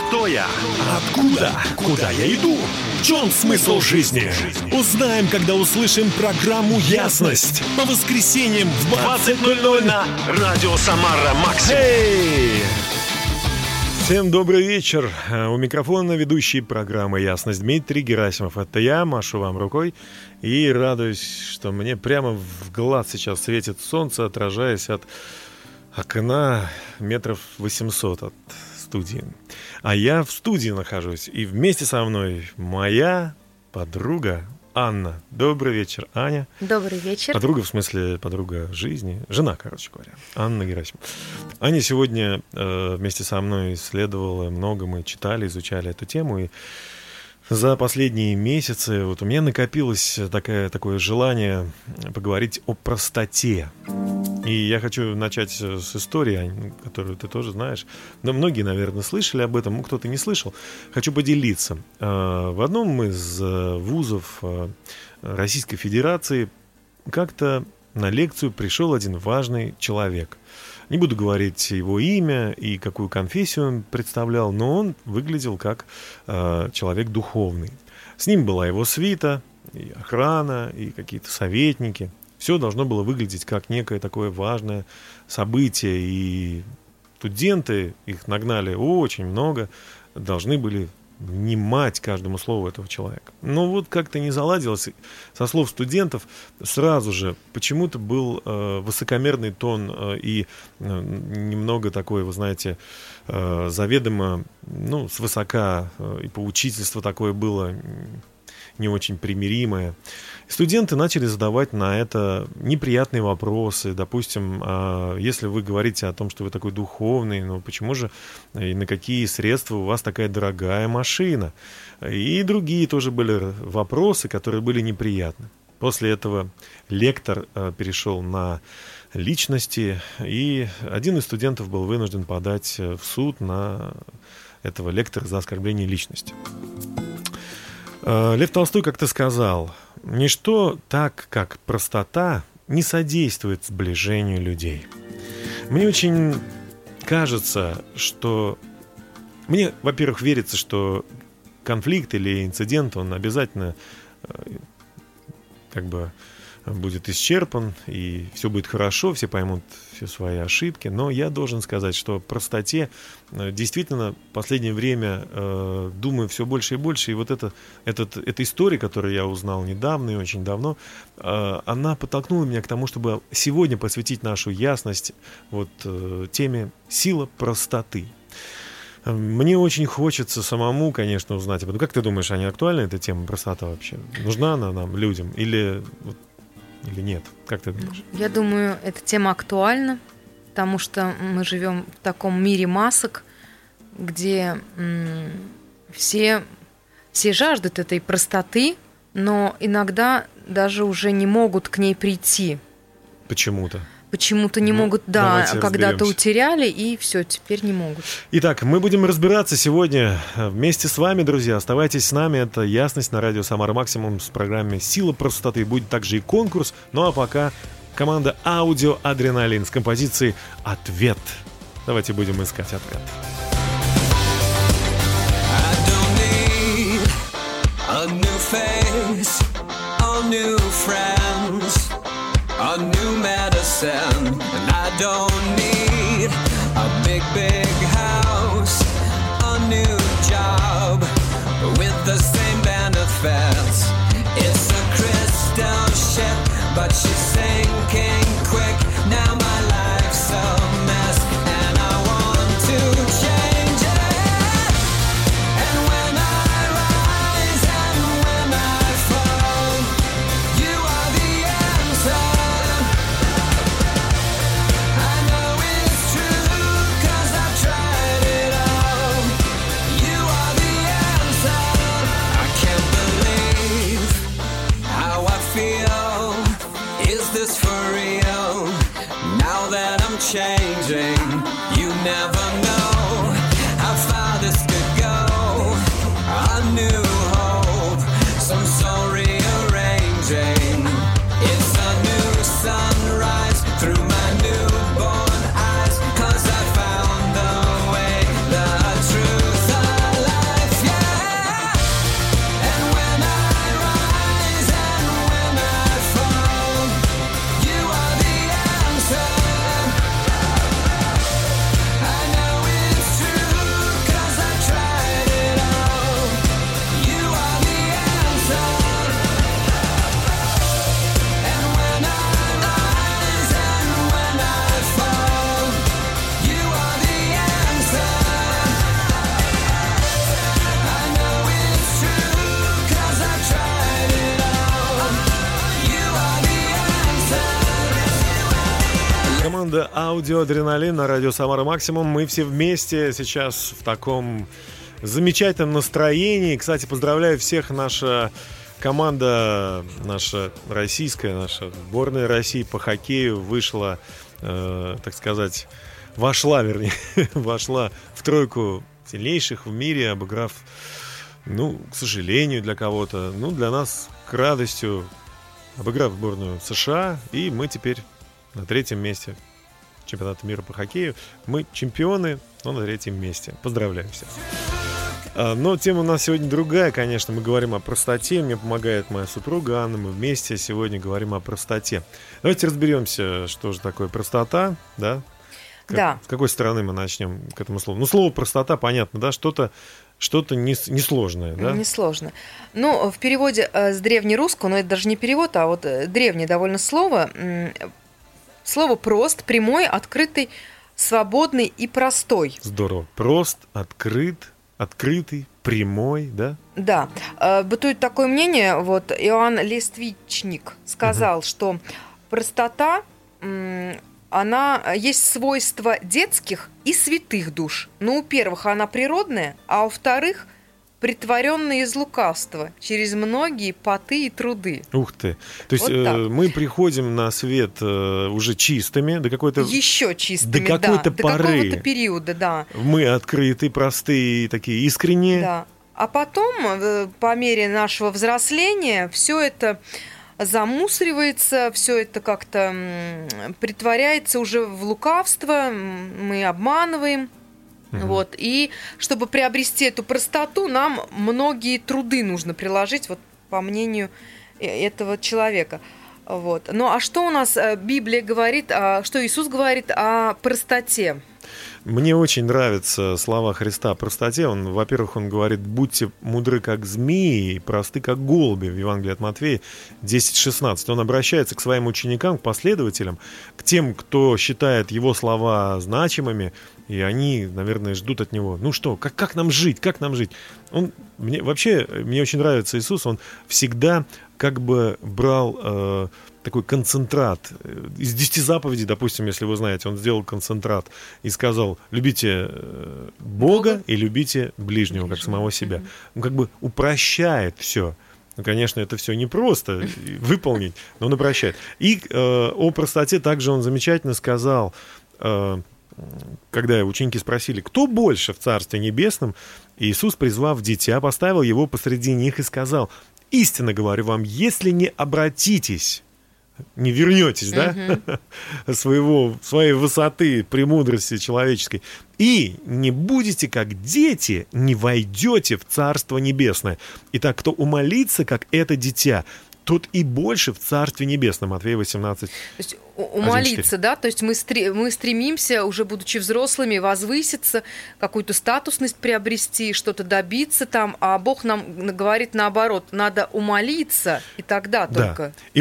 Кто я? Откуда? Куда я иду? В чем смысл жизни? Узнаем, когда услышим программу «Ясность» по воскресеньям в 20:00 на Радио Самара Максимум. Hey! Всем добрый вечер. У микрофона ведущий программы «Ясность» Дмитрий Герасимов. Это я, машу вам рукой и радуюсь, что мне прямо в глаз сейчас светит солнце, отражаясь от окна 800 от студии. А я в студии нахожусь, и вместе со мной моя подруга Анна. Добрый вечер, Аня. Добрый вечер. Подруга, в смысле, подруга жизни. Жена, короче говоря. Анна Герасимова. Аня сегодня вместе со мной исследовала много, мы читали, изучали эту тему, и за последние месяцы вот у меня накопилось такое желание поговорить о простоте. И я хочу начать с истории, которую ты тоже знаешь. Но многие, наверное, слышали об этом, кто-то не слышал. Хочу поделиться. В одном из вузов Российской Федерации как-то на лекцию пришел один важный человек. Не буду говорить его имя и какую конфессию он представлял, но он выглядел как человек духовный. С ним была его свита, и охрана, и какие-то советники. Все должно было выглядеть как некое такое важное событие, и студенты, их нагнали очень много, должны были внимать каждому слову этого человека. Но вот как-то не заладилось. Со слов студентов сразу же почему-то был высокомерный тон и немного такой, вы знаете, заведомо, свысока, и поучительство такое было не очень примиримое. Студенты начали задавать на это неприятные вопросы. Допустим, если вы говорите о том, что вы такой духовный, почему же и на какие средства у вас такая дорогая машина? И другие тоже были вопросы, которые были неприятны. После этого лектор перешел на личности, и один из студентов был вынужден подать в суд на этого лектора за оскорбление личности. Лев Толстой как-то сказал: «Ничто так, как простота, не содействует сближению людей». Мне очень кажется, что... Мне, во-первых, верится, что конфликт или инцидент, он обязательно будет исчерпан, и все будет хорошо, все поймут все свои ошибки. Но я должен сказать, что простоте действительно в последнее время думаю все больше и больше. И вот эта история, которую я узнал недавно и очень давно, она подтолкнула меня к тому, чтобы сегодня посвятить нашу ясность теме «Сила простоты». Мне очень хочется самому, конечно, узнать об этом. Как ты думаешь, Аня, актуальна эта тема, простота вообще? Нужна она нам, людям, или нет? Как ты думаешь? Я думаю, эта тема актуальна, потому что мы живем в таком мире масок, где все жаждут этой простоты, но иногда даже уже не могут к ней прийти. Почему-то не могут, когда-то утеряли, и все, теперь не могут. Итак, мы будем разбираться сегодня вместе с вами, друзья. Оставайтесь с нами, это «Ясность» на радио «Самара Максимум» с программой «Сила простоты». Будет также и конкурс. Ну а пока команда «Аудио Адреналин» с композицией «Ответ». Давайте будем искать ответ. A new medicine, and I don't need a big house, a new job with the same benefits. It's a crystal ship, but she's sinking quick. Now my life's a mess, and I want to change it. And when I rise and when I fall, you are the answer. I know it's true, 'cause I've tried команда «Аудиоадреналин» на радио «Самара Максимум». Мы все вместе сейчас в таком замечательном настроении. Кстати, поздравляю всех. Наша команда, наша российская, наша сборная России по хоккею вышла, так сказать, вошла в тройку сильнейших в мире, обыграв, к сожалению, для кого-то, для нас к радостью, обыграв сборную США, и мы теперь на 3-м месте чемпионата мира по хоккею. Мы чемпионы, но на 3-м месте. Поздравляю всех. Но тема у нас сегодня другая, конечно. Мы говорим о простоте. Мне помогает моя супруга Анна. Мы вместе сегодня говорим о простоте. Давайте разберемся, что же такое простота, да? Да. С какой стороны мы начнем к этому слову? Слово простота, понятно, да? Что-то несложное, да? Несложно. В переводе с древнерусского, но это даже не перевод, а вот древнее довольно слово. Слово «прост», прямой, открытый, свободный и простой. Здорово. Прост, открытый, прямой, да? Да. Бытует такое мнение, Иоанн Лествичник сказал, что простота, она есть свойство детских и святых душ. Во-первых, она природная, а во-вторых, притворенная из лукавства через многие поты и труды. Ух ты! То есть мы приходим на свет уже чистыми, до какой-то... Еще чистыми, до какой-то поры. До какого-то периода, да. Мы открыты, простые, такие искренние. Да. А потом, по мере нашего взросления, все это замусоривается, все это как-то притворяется уже в лукавство, мы обманываем. И чтобы приобрести эту простоту, нам многие труды нужно приложить, по мнению этого человека. А что у нас Библия говорит, что Иисус говорит о простоте? Мне очень нравятся слова Христа о простоте. Во-первых, он говорит: будьте мудры, как змеи, и просты, как голуби, в Евангелии от Матфея 10:16. Он обращается к своим ученикам, к последователям, к тем, кто считает его слова значимыми, и они, наверное, ждут от него: как нам жить, Мне очень нравится Иисус, он всегда как бы брал такой концентрат. Из 10 заповедей, допустим, если вы знаете, он сделал концентрат и сказал: любите Бога и любите ближнего, как самого себя. Он как бы упрощает все. Конечно, это все непросто выполнить, но он упрощает. И о простоте также он замечательно сказал, когда ученики спросили, кто больше в Царстве Небесном, Иисус, призвав дитя, поставил его посреди них и сказал: истинно говорю вам, если не обратитесь, не вернетесь, своей высоты, премудрости человеческой, и не будете как дети, не войдете в Царство Небесное. Итак, кто умолится, как это дитя, тот и больше в Царстве Небесном. Матфея 18. То есть умолиться, 1:4. да? То есть мы стремимся, уже будучи взрослыми, возвыситься, какую-то статусность приобрести, что-то добиться там, а Бог нам говорит наоборот, надо умолиться, и тогда только. И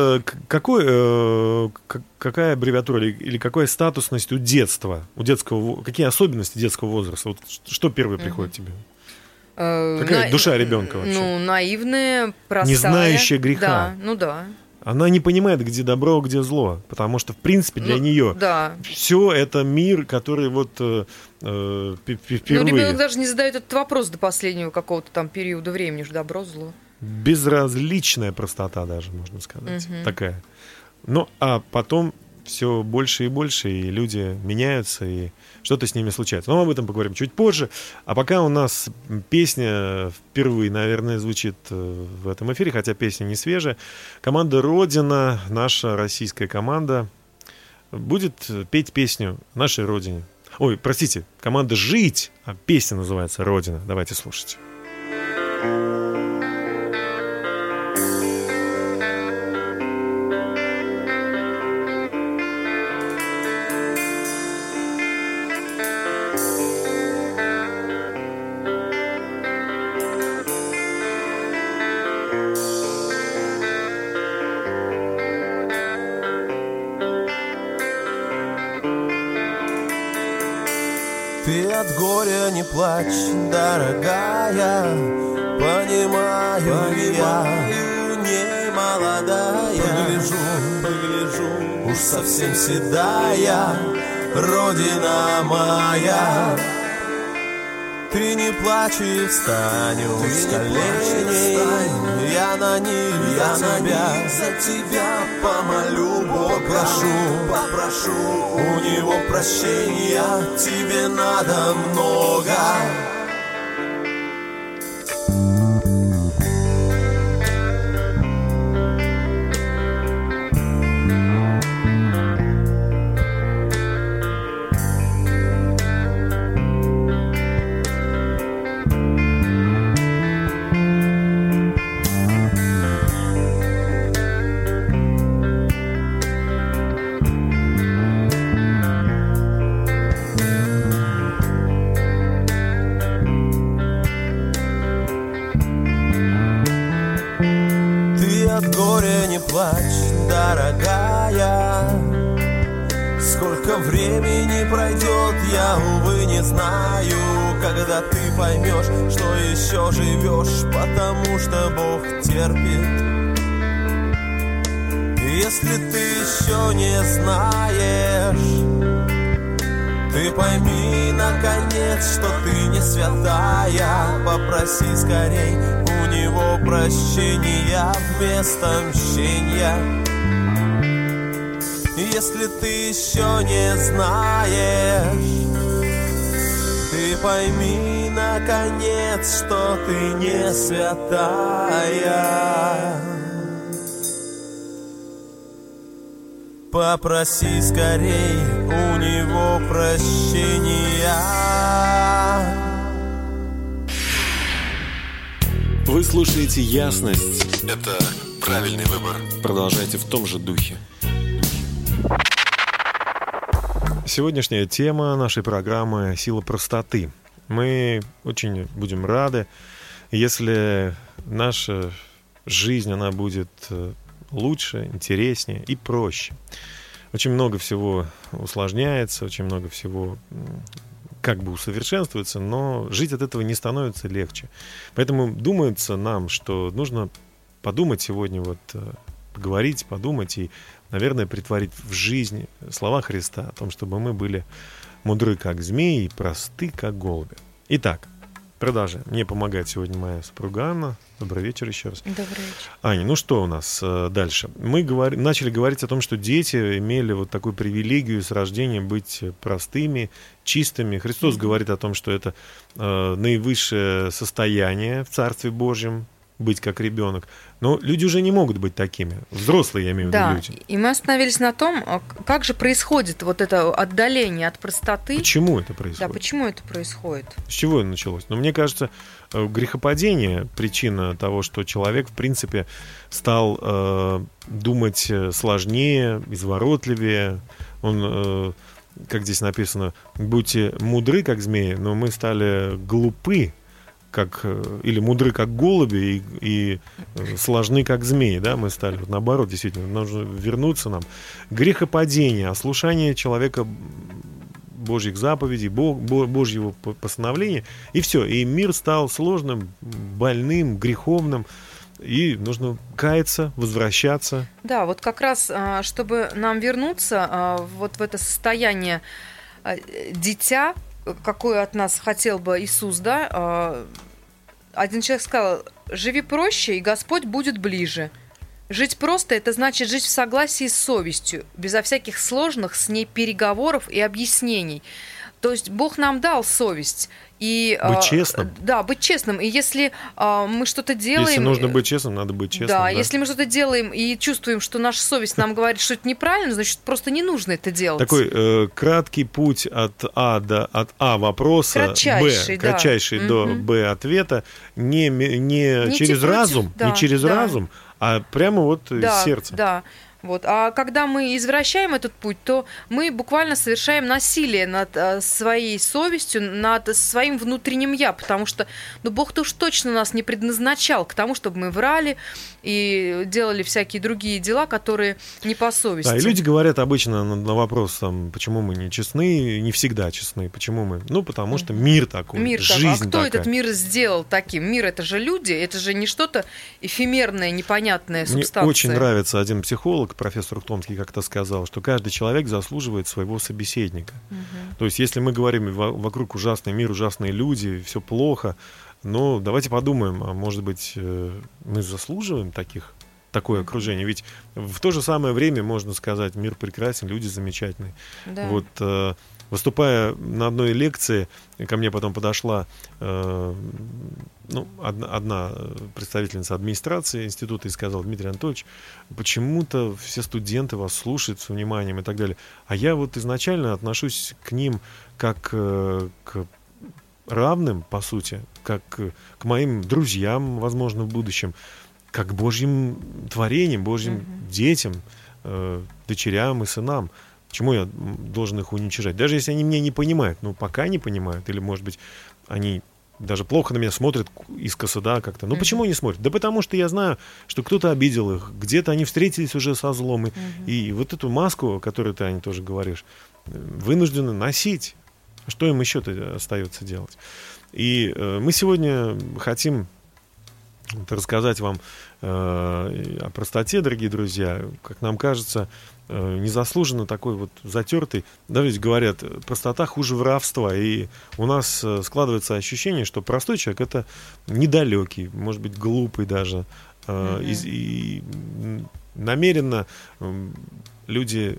какая аббревиатура или какая статусность у детства, какие особенности детского возраста? Что первое приходит тебе? Какая душа ребенка вообще? Наивная, простая. Не знающая греха. Да. Она не понимает, где добро, где зло. Потому что, в принципе, для нее все это мир, который впервые... ребенок даже не задает этот вопрос до последнего какого-то там периода времени, что добро, зло. Безразличная простота даже, можно сказать. Такая. А потом все больше и больше, и люди меняются, и что-то с ними случается. Но мы об этом поговорим чуть позже. А пока у нас песня впервые, наверное, звучит в этом эфире, хотя песня не свежая. Команда «Родина», наша российская команда, будет петь песню нашей Родине. Ой, простите, команда «Жить», а песня называется «Родина». Давайте слушать. Ты от горя не плачь, дорогая, понимаю я, не молодая. Погляжу, уж совсем седая, Родина моя. Ты не плачь и встану с коленей, я на них за тебя помолю, попрошу у него прощения, тебе надо много. Дорогая, сколько времени пройдет, я, увы, не знаю, когда ты поймешь, что еще живешь, потому что Бог терпит. Если ты еще не знаешь, ты пойми, наконец, что ты не святая, попроси скорей у него прощения вместо мщения. Если ты еще не знаешь, ты пойми, наконец, что ты не святая. Попроси скорей у него прощения. Вы слушаете «Ясность». Это правильный выбор. Продолжайте в том же духе. Сегодняшняя тема нашей программы «Сила простоты». Мы очень будем рады, если наша жизнь, она будет лучше, интереснее и проще. Очень много всего усложняется, очень много всего как бы усовершенствуется, но жить от этого не становится легче. Поэтому думается нам, что нужно подумать сегодня, поговорить, подумать и, наверное, претворить в жизнь слова Христа о том, чтобы мы были мудры, как змеи, и просты, как голуби. Итак, продолжаем. Мне помогает сегодня моя супруга Анна. Добрый вечер еще раз. Добрый вечер. Аня, ну что у нас дальше? Мы начали говорить о том, что дети имели вот такую привилегию с рождения быть простыми, чистыми. Христос говорит о том, что это наивысшее состояние в Царстве Божьем, быть как ребенок. Но люди уже не могут быть такими. Взрослые, я имею в виду, люди. Да, и мы остановились на том, как же происходит вот это отдаление от простоты. Почему это происходит? Да, почему это происходит? С чего это началось? Но мне кажется, грехопадение — причина того, что человек, в принципе, стал думать сложнее, изворотливее. Он, как здесь написано, будьте мудры, как змеи, но мы стали глупы, или мудры, как голуби, и сложны, как змеи, да, мы стали. Вот наоборот, действительно, нужно вернуться нам. Грехопадение, ослушание человека Божьих заповедей, Божьего постановления, и все. И мир стал сложным, больным, греховным, и нужно каяться, возвращаться. Да, вот как раз, чтобы нам вернуться вот в это состояние дитя, какое от нас хотел бы Иисус, да, один человек сказал: живи проще, и Господь будет ближе. Жить просто — это значит жить в согласии с совестью, безо всяких сложных с ней переговоров и объяснений. То есть Бог нам дал совесть. И, быть честным. Да, быть честным. И если мы что-то делаем... Если нужно быть честным, надо быть честным. Да, если мы что-то делаем и чувствуем, что наша совесть нам говорит, что это неправильно, значит, просто не нужно это делать. Такой краткий путь от А вопроса, кратчайший до Б ответа, не через разум, да, не через разум, а прямо вот из сердца. Да. Вот. А когда мы извращаем этот путь, то мы буквально совершаем насилие над своей совестью, над своим внутренним «я», потому что Бог-то уж точно нас не предназначал к тому, чтобы мы врали и делали всякие другие дела, которые не по совести. Да, и люди говорят обычно на вопрос, почему мы не честны, не всегда честны, почему мы? Потому что мир такой, жизнь А кто такая. этот мир сделал таким? Мир — это же люди, это же не что-то эфемерное, непонятное, субстанция. Мне очень нравится один психолог, профессор Ухтомский, как-то сказал, что каждый человек заслуживает своего собеседника. То есть, если мы говорим, вокруг ужасный мир, ужасные люди, все плохо, но давайте подумаем, а может быть, мы заслуживаем такое окружение? Ведь в то же самое время можно сказать, мир прекрасен, люди замечательные. Да. Вот, выступая на одной лекции, ко мне потом подошла одна представительница администрации института и сказала: Дмитрий Анатольевич, почему-то все студенты вас слушают с вниманием и так далее. А я вот изначально отношусь к ним как к равным, по сути, как к моим друзьям, возможно, в будущем, как к Божьим творениям, Божьим детям, дочерям и сынам. Почему я должен их уничижать? Даже если они меня не понимают, пока не понимают, или, может быть, они даже плохо на меня смотрят искоса, да, как-то. Почему они смотрят? Да потому что я знаю, что кто-то обидел их, где-то они встретились уже со злом, и вот эту маску, о которой ты, Аня, тоже говоришь, вынуждены носить. Что им еще-то остается делать? И мы сегодня хотим рассказать вам о простоте, дорогие друзья. Как нам кажется, незаслуженно такой вот затертый. Да, ведь говорят, простота хуже воровства. И у нас складывается ощущение, что простой человек — это недалекий, может быть, глупый даже. И намеренно люди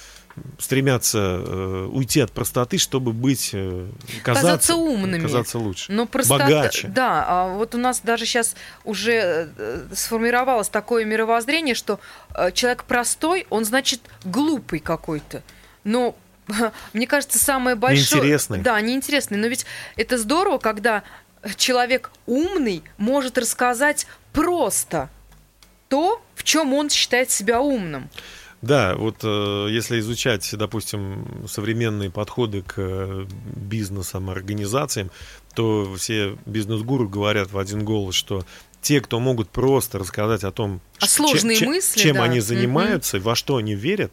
стремятся уйти от простоты, чтобы казаться умными, казаться лучше, но богаче. Да, вот у нас даже сейчас уже сформировалось такое мировоззрение, что человек простой, он значит глупый какой-то. Но мне кажется, самое большое... Неинтересный. Да, неинтересный. Но ведь это здорово, когда человек умный может рассказать просто то, в чем он считает себя умным. Да, вот если изучать, допустим, современные подходы к бизнесам, организациям, то все бизнес-гуру говорят в один голос, что те, кто могут просто рассказать о том, чем они занимаются, во что они верят,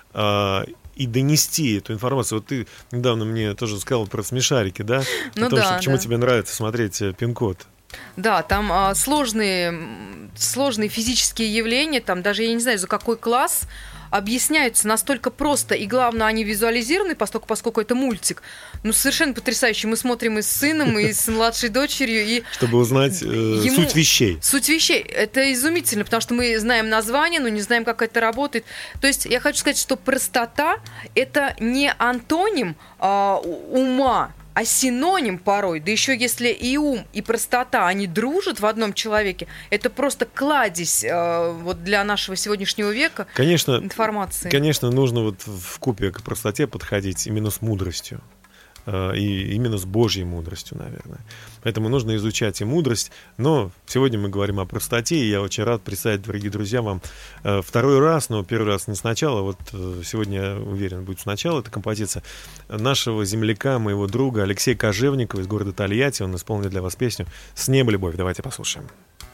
и донести эту информацию. Вот ты недавно мне тоже сказал про смешарики, да? О том, почему тебе нравится смотреть «Пин-код». Да, там сложные физические явления, там даже я не знаю, за какой класс, объясняются настолько просто, и главное, они визуализированы, поскольку это мультик. Совершенно потрясающе. Мы смотрим и с сыном, и с младшей дочерью. И чтобы узнать суть вещей. Суть вещей. Это изумительно, потому что мы знаем название, но не знаем, как это работает. То есть я хочу сказать, что простота — это не антоним ума, а синоним порой, да еще если и ум, и простота, они дружат в одном человеке, это просто кладезь вот для нашего сегодняшнего века информации. Конечно, нужно вот вкупе к простоте подходить именно с мудростью. И именно с Божьей мудростью, наверное. Поэтому нужно изучать и мудрость. Но сегодня мы говорим о простоте, и я очень рад представить, дорогие друзья, вам второй раз, но первый раз не сначала. Вот сегодня, я уверен, будет сначала эта композиция нашего земляка, моего друга Алексея Кожевникова из города Тольятти. Он исполнит для вас песню «С неба любовь». Давайте послушаем.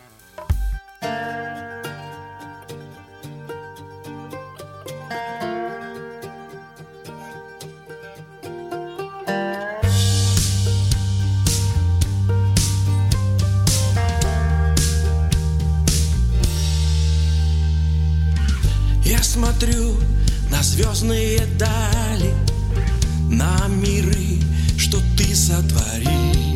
Смотрю на звездные дали, на миры, что ты сотворил.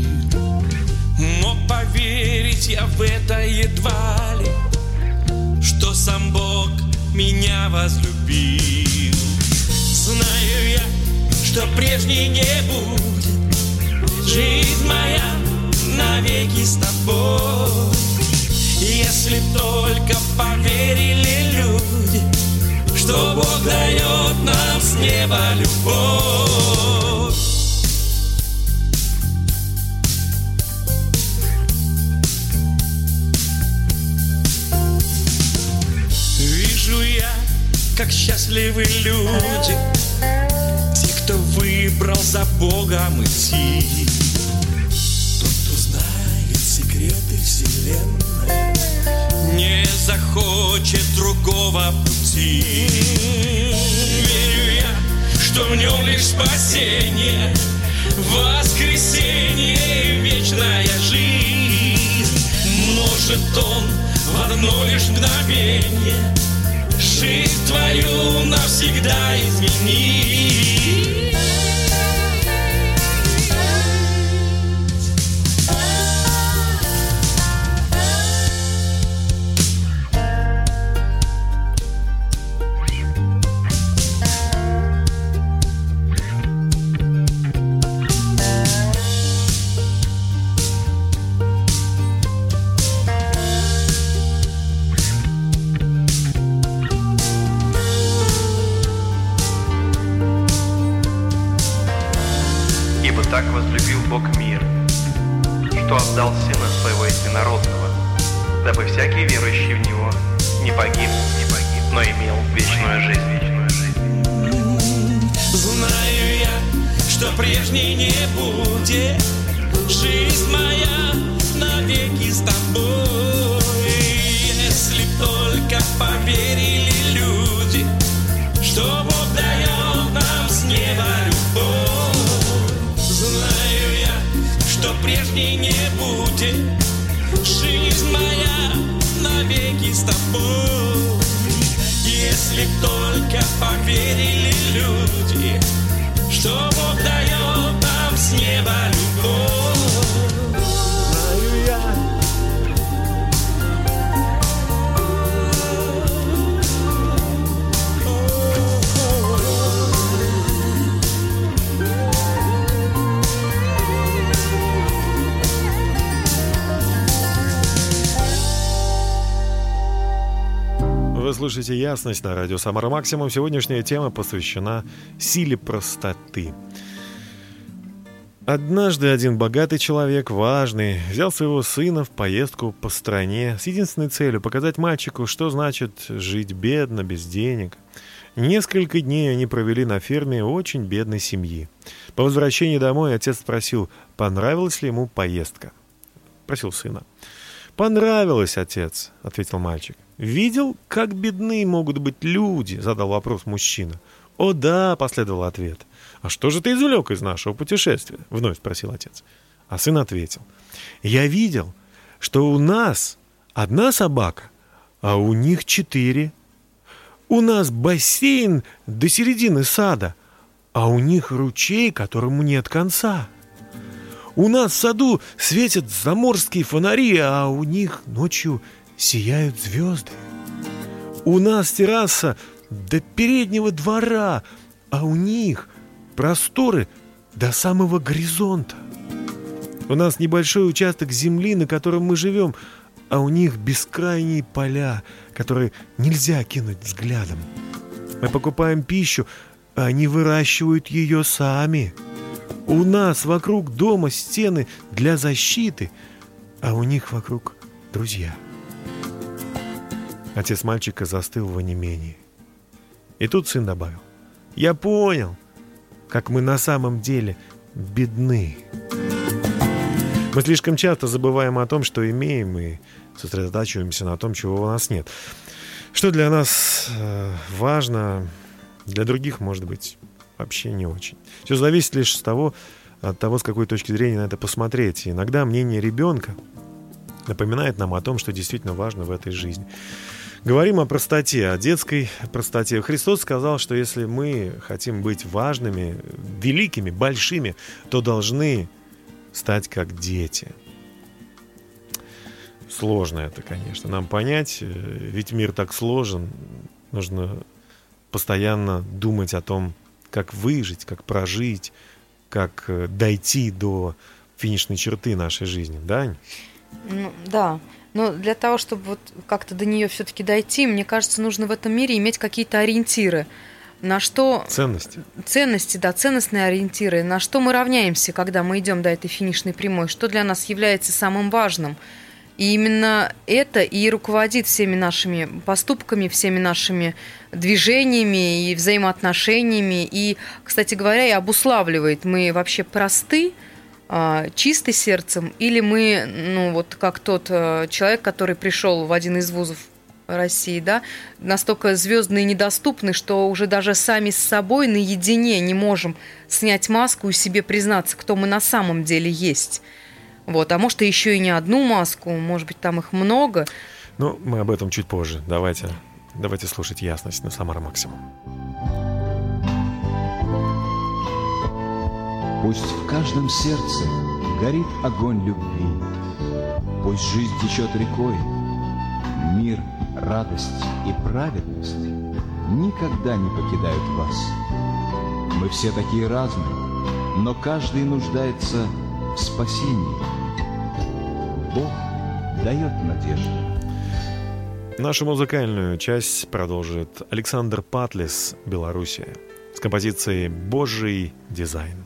Но поверить я в это едва ли, что сам Бог меня возлюбил. Знаю я, что прежней не будет, жизнь моя навеки с тобой. Если только поверили люди, что Бог дает нам с неба любовь. Вижу я как счастливы люди, те, кто выбрал за Богом идти. Тот, кто знает секреты вселенной, не захочет другого пути. Верю я, что в нем лишь спасение, воскресенье и вечная жизнь. Может он в одно лишь мгновение жизнь твою навсегда изменить. Так возлюбил Бог мир, что отдал Сына Своего Единородного, дабы всякий верующий в Него не погиб, но имел вечную жизнь. Знаю я, что прежней не будет, жизнь моя навеки с тобой. Если только поверили люди, что Бог дает нам с неба любовь. Знаю я, что прежней не будет, жизнь моя навеки с тобой. Если только поверили люди, что Бог дает нам с неба любовь. Знаю я. Вы слушаете «Ясность» на радио «Самара Максимум». Сегодняшняя тема посвящена силе простоты. Однажды один богатый человек, важный, взял своего сына в поездку по стране с единственной целью — показать мальчику, что значит жить бедно, без денег. Несколько дней они провели на ферме очень бедной семьи. По возвращении домой отец спросил, понравилась ли ему поездка. Просил сына. «Понравилось, отец», — ответил мальчик. «Видел, как бедны могут быть люди?» — задал вопрос мужчина. «О да», — последовал ответ. «А что же ты извлек из нашего путешествия?» — вновь спросил отец. А сын ответил. «Я видел, что у нас одна собака, а у них 4. У нас бассейн до середины сада, а у них ручей, которому нет конца. У нас в саду светят заморские фонари, а у них ночью сияют звезды. У нас терраса до переднего двора, а у них просторы до самого горизонта. У нас небольшой участок земли, на котором мы живем, а у них бескрайние поля, которые нельзя кинуть взглядом. Мы покупаем пищу, а они выращивают ее сами. У нас вокруг дома стены для защиты, а у них вокруг друзья». Отец мальчика застыл в онемении. И тут сын добавил: «Я понял, как мы на самом деле бедны». Мы слишком часто забываем о том, что имеем, и сосредотачиваемся на том, чего у нас нет. Что для нас важно, для других, может быть, вообще не очень. Все зависит лишь от того, с какой точки зрения на это посмотреть. И иногда мнение ребенка напоминает нам о том, что действительно важно в этой жизни. Говорим о простоте, о детской простоте. Христос сказал, что если мы хотим быть важными, великими, большими, то должны стать как дети. Сложно это, конечно, нам понять, ведь мир так сложен. Нужно постоянно думать о том, как выжить, как прожить, как дойти до финишной черты нашей жизни, да, Ань? Ну, да. Но для того, чтобы вот как-то до нее все-таки дойти, мне кажется, нужно в этом мире иметь какие-то ориентиры. На что... Ценности. Ценности, да, ценностные ориентиры. На что мы равняемся, когда мы идем до этой финишной прямой? Что для нас является самым важным? И именно это и руководит всеми нашими поступками, всеми нашими движениями и взаимоотношениями. И, кстати говоря, и обуславливает, мы вообще просты, чисты сердцем, или мы, ну вот как тот человек, который пришел в один из вузов России, да, настолько звездный и недоступный, что уже даже сами с собой наедине не можем снять маску и себе признаться, кто мы на самом деле есть. Вот, а может, и еще и не одну маску, может быть, там их много. Ну, мы об этом чуть позже. Давайте слушать «Ясность» на Самара Максимум. Пусть в каждом сердце горит огонь любви, пусть жизнь течет рекой, мир, радость и праведность никогда не покидают вас. Мы все такие разные, но каждый нуждается в спасении. Бог дает надежду. Нашу музыкальную часть продолжит Александр Патлис, Белоруссия, с композицией «Божий дизайн».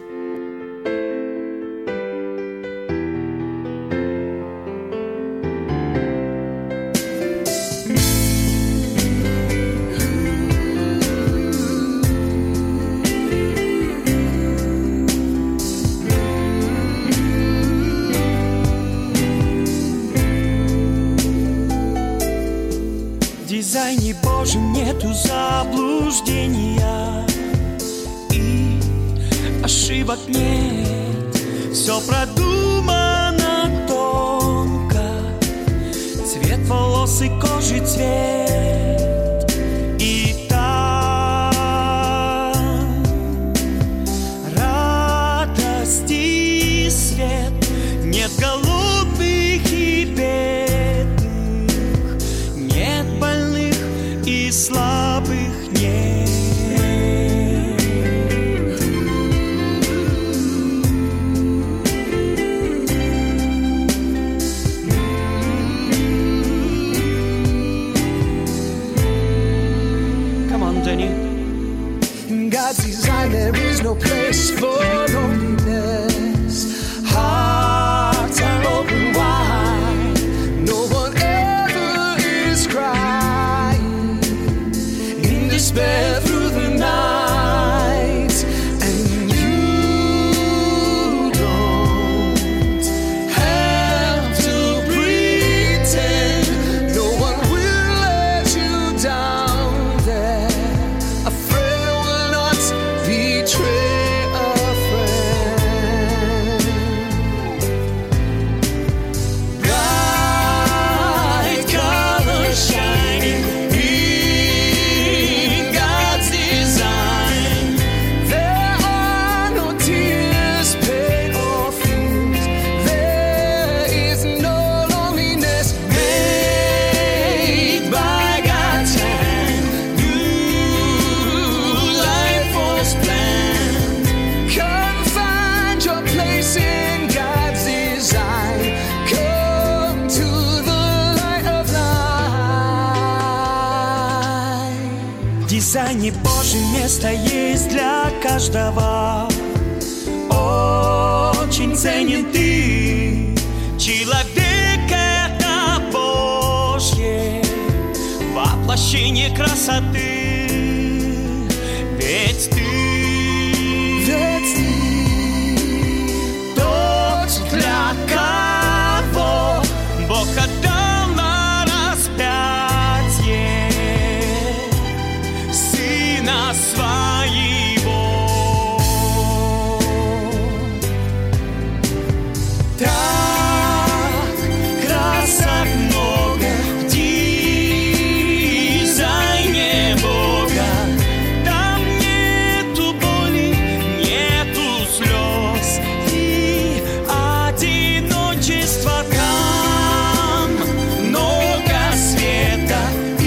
В дизайне Божьем нету заблуждения и ошибок нет. Все продумано тонко, цвет волос и кожи цвет. И там радость и свет, нет голодных и бедных, нет больных и слабых нет. Come on, Danny. In God's design, there is no place for loneliness. Hearts are open wide. No one ever is crying in despair through the night. And you don't have to pretend. No one will let you down there. A friend will not betray a friend. Bright colors shining in God's design. There are no tears, pain or fears. There is no loneliness made by God's hand. New life was planned. Come find your place in God's design. Come to the light of light. В дизайне Божьем место есть для каждого. Очень ценен ты, человек это Божье, воплощение красоты. Ведь ты тот, для кого Бог отдал на распятие Сына Своего. Так красок много в дизайне Бога. Там нету боли, нету слез и одиночества. Там много света и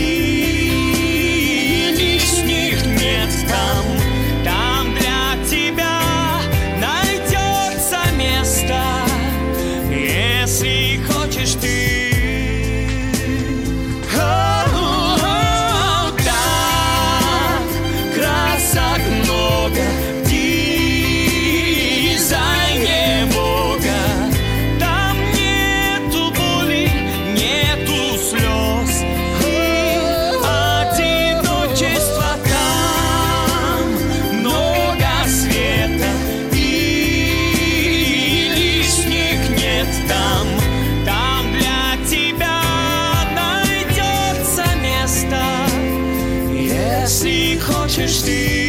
лишних нет. Там для тебя найдется место. хочешь ты.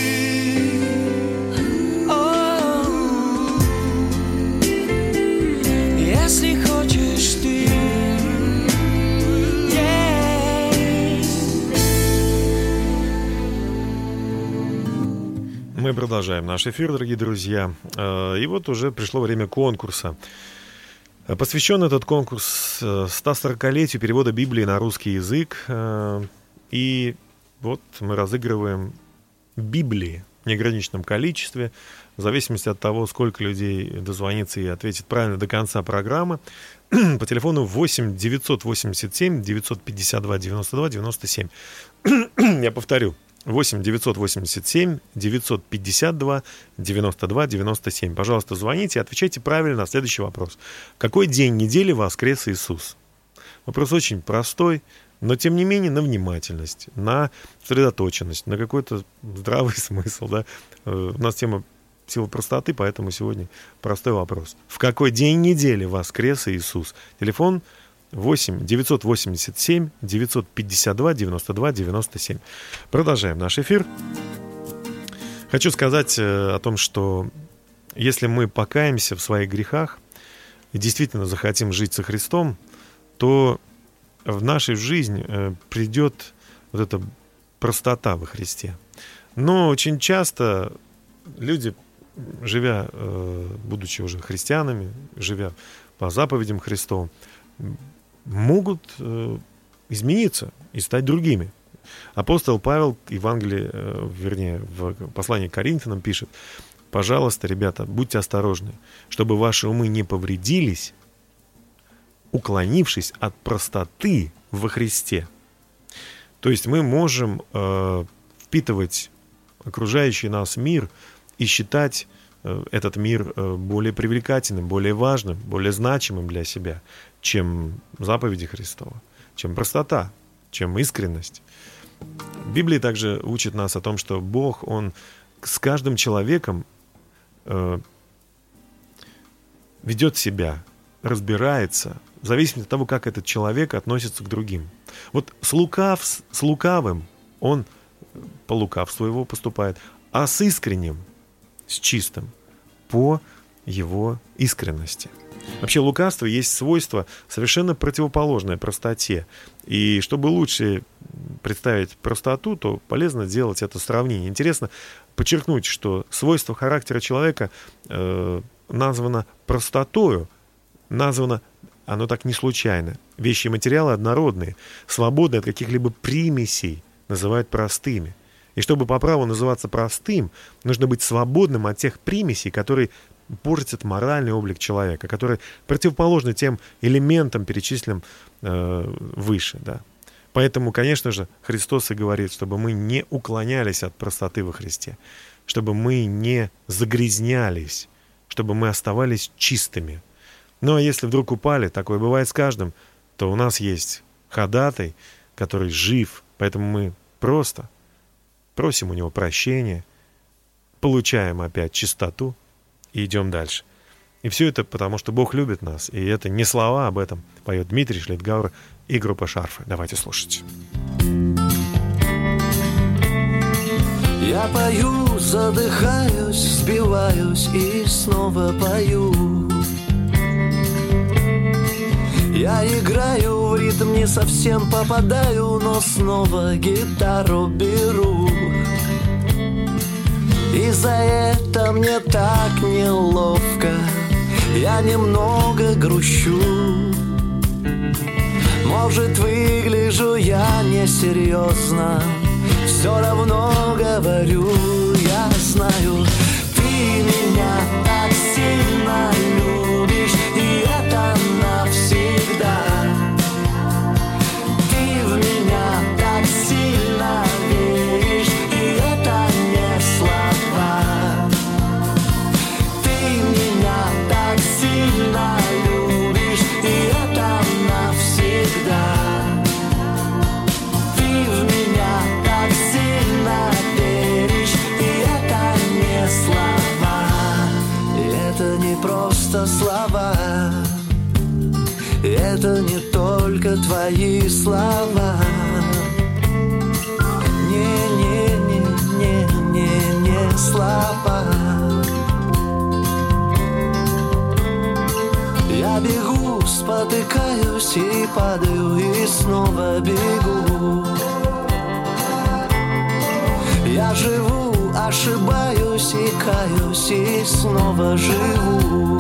Если хочешь ты. Мы продолжаем наш эфир, дорогие друзья. И вот уже пришло время конкурса. Посвящен этот конкурс 140-летию перевода Библии на русский язык. И вот мы разыгрываем Библии в неограниченном количестве, в зависимости от того, сколько людей дозвонится и ответит правильно до конца программы. По телефону 8 987 952 92 97. Я повторю. 8 987 952 92 97. Пожалуйста, звоните и отвечайте правильно на следующий вопрос. В какой день недели воскрес Иисус? Вопрос очень простой, но тем не менее на внимательность, на сосредоточенность, на какой-то здравый смысл. Да? У нас тема сила простоты, поэтому сегодня простой вопрос. В какой день недели воскрес Иисус? Телефон 8 987 952 92 97. Продолжаем наш эфир. Хочу сказать о том, что если мы покаемся в своих грехах и действительно захотим жить со Христом, то в нашу жизнь придет вот эта простота во Христе. Но очень часто люди, живя, будучи уже христианами, живя по заповедям Христовым, могут измениться и стать другими. Апостол Павел в Евангелии, вернее, в послании к Коринфянам пишет: пожалуйста, ребята, будьте осторожны, чтобы ваши умы не повредились, уклонившись от простоты во Христе. То есть мы можем впитывать окружающий нас мир и считать этот мир более привлекательным, более важным, более значимым для себя, чем заповеди Христова, чем простота, чем искренность. Библия также учит нас о том, что Бог, Он с каждым человеком ведет себя, разбирается, в зависимости от того, как этот человек относится к другим. Вот с лукавым Он по лукавству его поступает, а с искренним, с чистым, по его искренности. Вообще лукавство есть свойство совершенно противоположное простоте. И чтобы лучше представить простоту, то полезно делать это сравнение. Интересно подчеркнуть, что свойство характера человека названо простотою, названо оно так не случайно. Вещи и материалы однородные, свободные от каких-либо примесей, называют простыми. И чтобы по праву называться простым, нужно быть свободным от тех примесей, которые портят моральный облик человека, которые противоположны тем элементам, перечисленным выше. Да. Поэтому, конечно же, Христос и говорит, чтобы мы не уклонялись от простоты во Христе, чтобы мы не загрязнялись, чтобы мы оставались чистыми. Ну а если вдруг упали, такое бывает с каждым, то у нас есть ходатай, который жив, поэтому мы просто просим у него прощения, получаем опять чистоту и идем дальше. И все это потому, что Бог любит нас. И это не слова, об этом поет Дмитрий Шлейтгауэр и группа «Шарфы». Давайте слушать. Я пою, задыхаюсь, сбиваюсь и снова пою. Я играю в ритм, не совсем попадаю, но снова гитару беру. И за это мне так неловко, я немного грущу. Может, выгляжу я несерьезно, все равно говорю, я знаю, ты меня так сильно любишь, и это навсегда. Ты в меня так сильно веришь, и это не слова. Ты меня так сильно любишь, и это навсегда. Ты в меня так сильно веришь, и это не слова. И это не просто слова, это не только твои слова. Не-не-не, слова. Я бегу, спотыкаюсь и падаю, и снова бегу. Я живу, ошибаюсь и каюсь, и снова живу.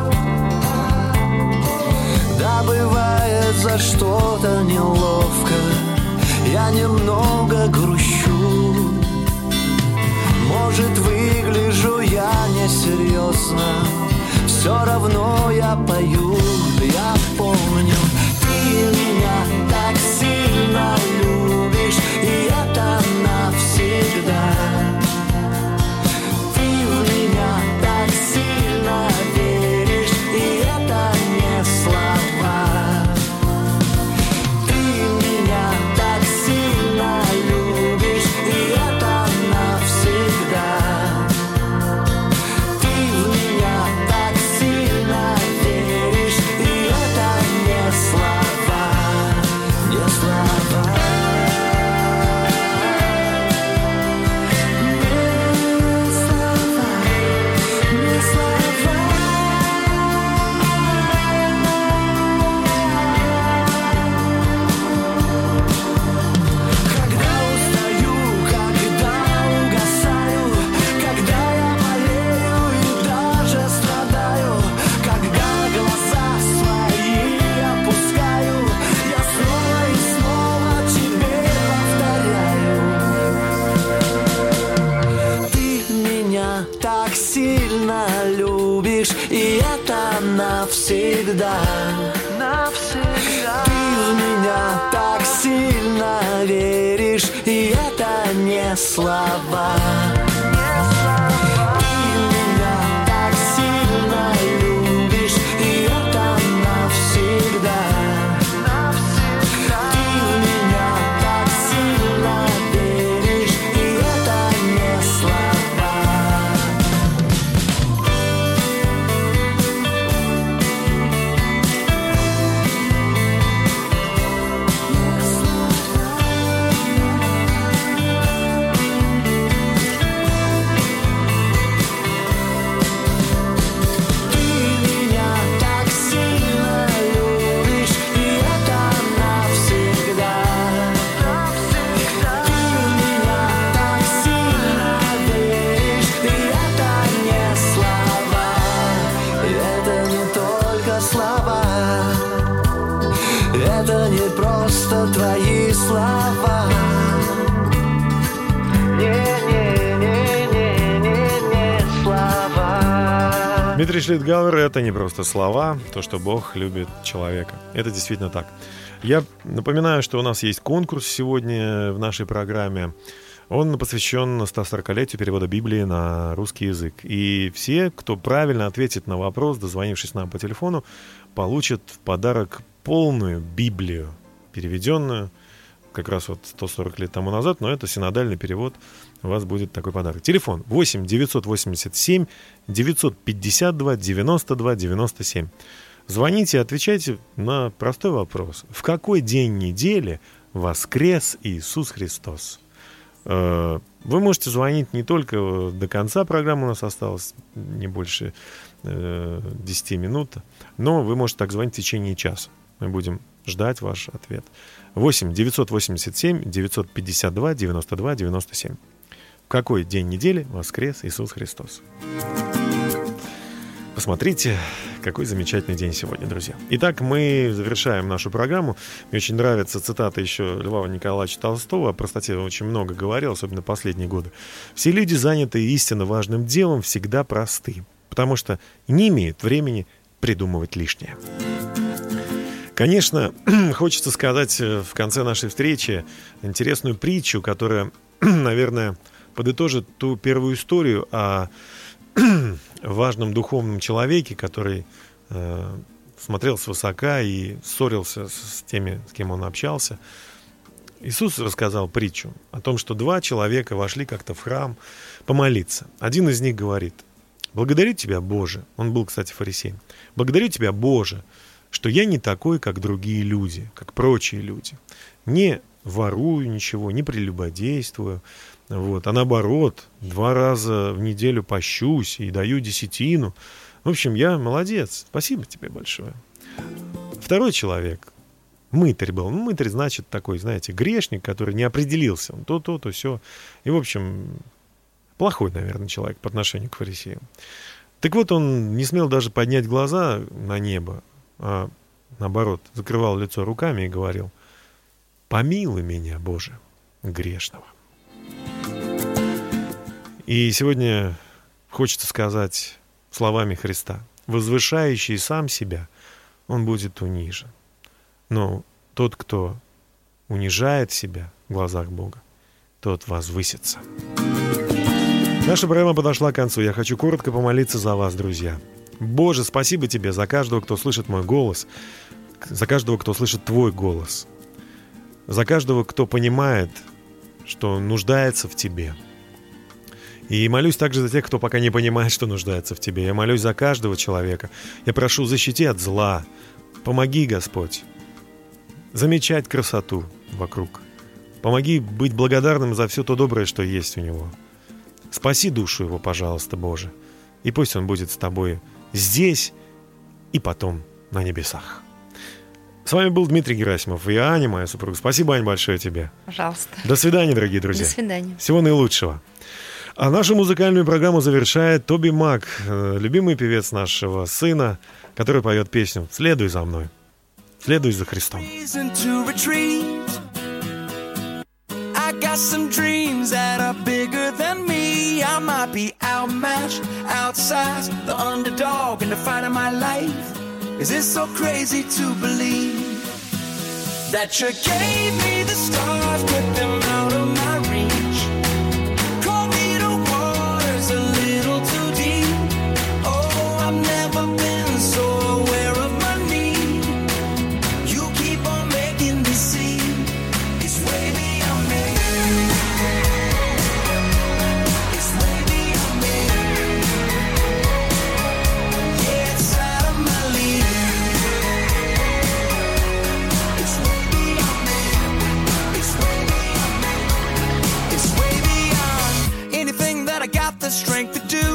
Да, бывает за что-то неловко, я немного грущу. Может, выгляжу я несерьезно, все равно я пою. Я помню, ты меня так сильно любишь, и это навсегда. Ты в меня так сильно веришь, и это не слова. Ты меня так сильно любишь, и это навсегда. Ты в меня так сильно веришь, и это не слова, не слова. И это навсегда, навсегда. Ты в меня так сильно веришь, и это не слова. Это не просто твои слова. Не слова. Дмитрий Шлитгауэр — это не просто слова, то, что Бог любит человека. Это действительно так. Я напоминаю, что у нас есть конкурс сегодня в нашей программе. Он посвящен 140-летию перевода Библии на русский язык. И все, кто правильно ответит на вопрос, дозвонившись нам по телефону, получат в подарок полную Библию, переведенную как раз вот 140 лет тому назад, но это синодальный перевод, у вас будет такой подарок. Телефон 8 987 952 92 97. Звоните и отвечайте на простой вопрос. В какой день недели воскрес Иисус Христос? Вы можете звонить не только до конца программы, у нас осталось не больше 10 минут, но вы можете так звонить в течение часа. Мы будем ждать ваш ответ. 8 987 952 92 97. В какой день недели воскрес Иисус Христос? Посмотрите, какой замечательный день сегодня, друзья. Итак, мы завершаем нашу программу. Мне очень нравится цитата еще Льва Николаевича Толстого. О простоте он очень много говорил, особенно последние годы. «Все люди, занятые истинно важным делом, всегда просты, потому что не имеют времени придумывать лишнее». Конечно, хочется сказать в конце нашей встречи интересную притчу, которая, наверное, подытожит ту первую историю о важном духовном человеке, который смотрел свысока и ссорился с теми, с кем он общался. Иисус рассказал притчу о том, что два человека вошли как-то в храм помолиться. Один из них говорит: «Благодарю тебя, Боже». Он был, кстати, фарисеем. «Благодарю тебя, Боже, что я не такой, как другие люди, как прочие люди. Не ворую ничего, не прелюбодействую, Вот. А наоборот, 2 раза в неделю пощусь и даю десятину. В общем, я молодец. Спасибо тебе большое. Второй человек, мытарь был. Ну, мытарь значит такой, знаете, грешник, который не определился. Он то, все. И, в общем, плохой, наверное, человек по отношению к фарисеям. Так вот, он не смел даже поднять глаза на небо, а наоборот, закрывал лицо руками и говорил: «Помилуй меня, Боже, грешного». И сегодня хочется сказать словами Христа: возвышающий сам себя, он будет унижен. Но тот, кто унижает себя в глазах Бога, тот возвысится. Наша программа подошла к концу. Я хочу коротко помолиться за вас, друзья. Боже, спасибо тебе за каждого, кто слышит мой голос, за каждого, кто слышит твой голос, за каждого, кто понимает, что нуждается в тебе. И молюсь также за тех, кто пока не понимает, что нуждается в тебе. Я молюсь за каждого человека. Я прошу, защити от зла. Помоги, Господь, замечать красоту вокруг. Помоги быть благодарным за все то доброе, что есть у него. Спаси душу его, пожалуйста, Боже. И пусть он будет с тобой здесь и потом на небесах. С вами был Дмитрий Герасимов и Аня, моя супруга. Спасибо, Ань, большое тебе. Пожалуйста. До свидания, дорогие друзья. До свидания. Всего наилучшего. А нашу музыкальную программу завершает Тоби Мак, любимый певец нашего сына, который поет песню «Следуй за мной». Следуй за Христом. I got some dreams that are bigger than me. I might be outmatched, outsized, the underdog in the fight of my life. Is it so crazy to believe that you gave me the stars, put them out of my reach? Call me the waters a little too deep. Oh, I've never been so aware of my need. You keep on making me see it's way beyond me. It's way beyond me. Yeah, it's out of my league. It's way beyond me. It's way beyond me. It's way beyond anything that I got the strength to do.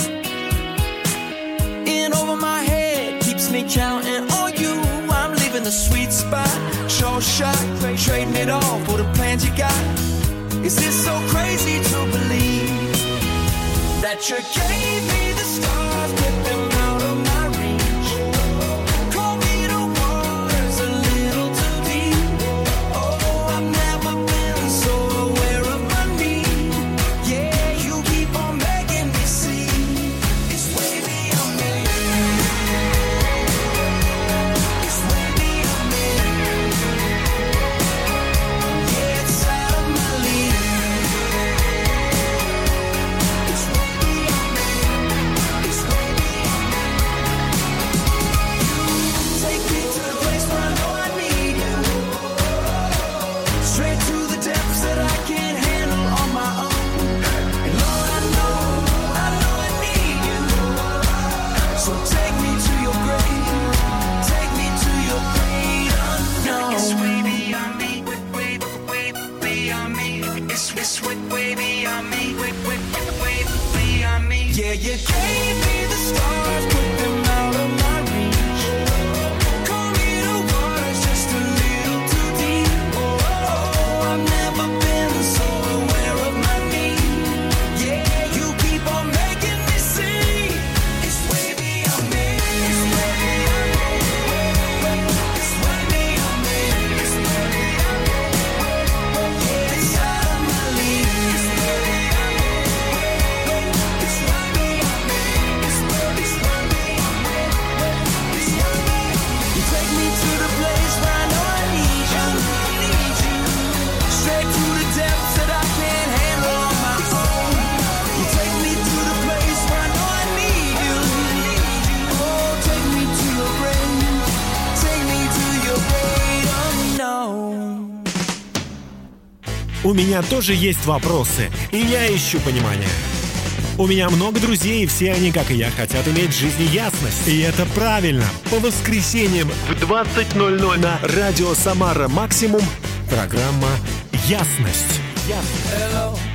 In over my head keeps me counting on you. I'm leaving the sweet spot, show shot, trading it all for the plans you got. Is this so crazy to believe that you gave me the stars, put them out of my reach? Call me the waters a little too deep. Oh, I've never been so aware of my need. Yeah, you keep on making me see it's way beyond me. It's way beyond me. Yeah, it's out of my league. It's way beyond me. It's way beyond me. You take me to the place where I know I need you. Straight to the depths that I can't handle on my own. And Lord, I know I need you. So take me to your grave. Take me to your great unknown. It's way beyond me. Way beyond me. It's way beyond me. Way beyond me. Yeah, you gave me the stars, put them out of my reach. Call me the waters just a little too deep. Oh, I've never been so aware of my need. Yeah, you keep on making me see it's way beyond me. It's way beyond me. It's way beyond me. It's way beyond me. Yeah, it's out of my league. It's way beyond me. It's way beyond me. It's way beyond me. It's way beyond me. You take me to the place where I know I need you. Straight to the depths that I can't handle on my own. You take me to the place where I know I need you. Oh, take me to your grave. Take me to your great unknown. У меня тоже есть вопросы, и я ищу понимания. У меня много друзей, и все они, как и я, хотят иметь в жизни ясность. И это правильно. По воскресеньям в 20:00 на радио «Самара Максимум» программа «Ясность». Hello,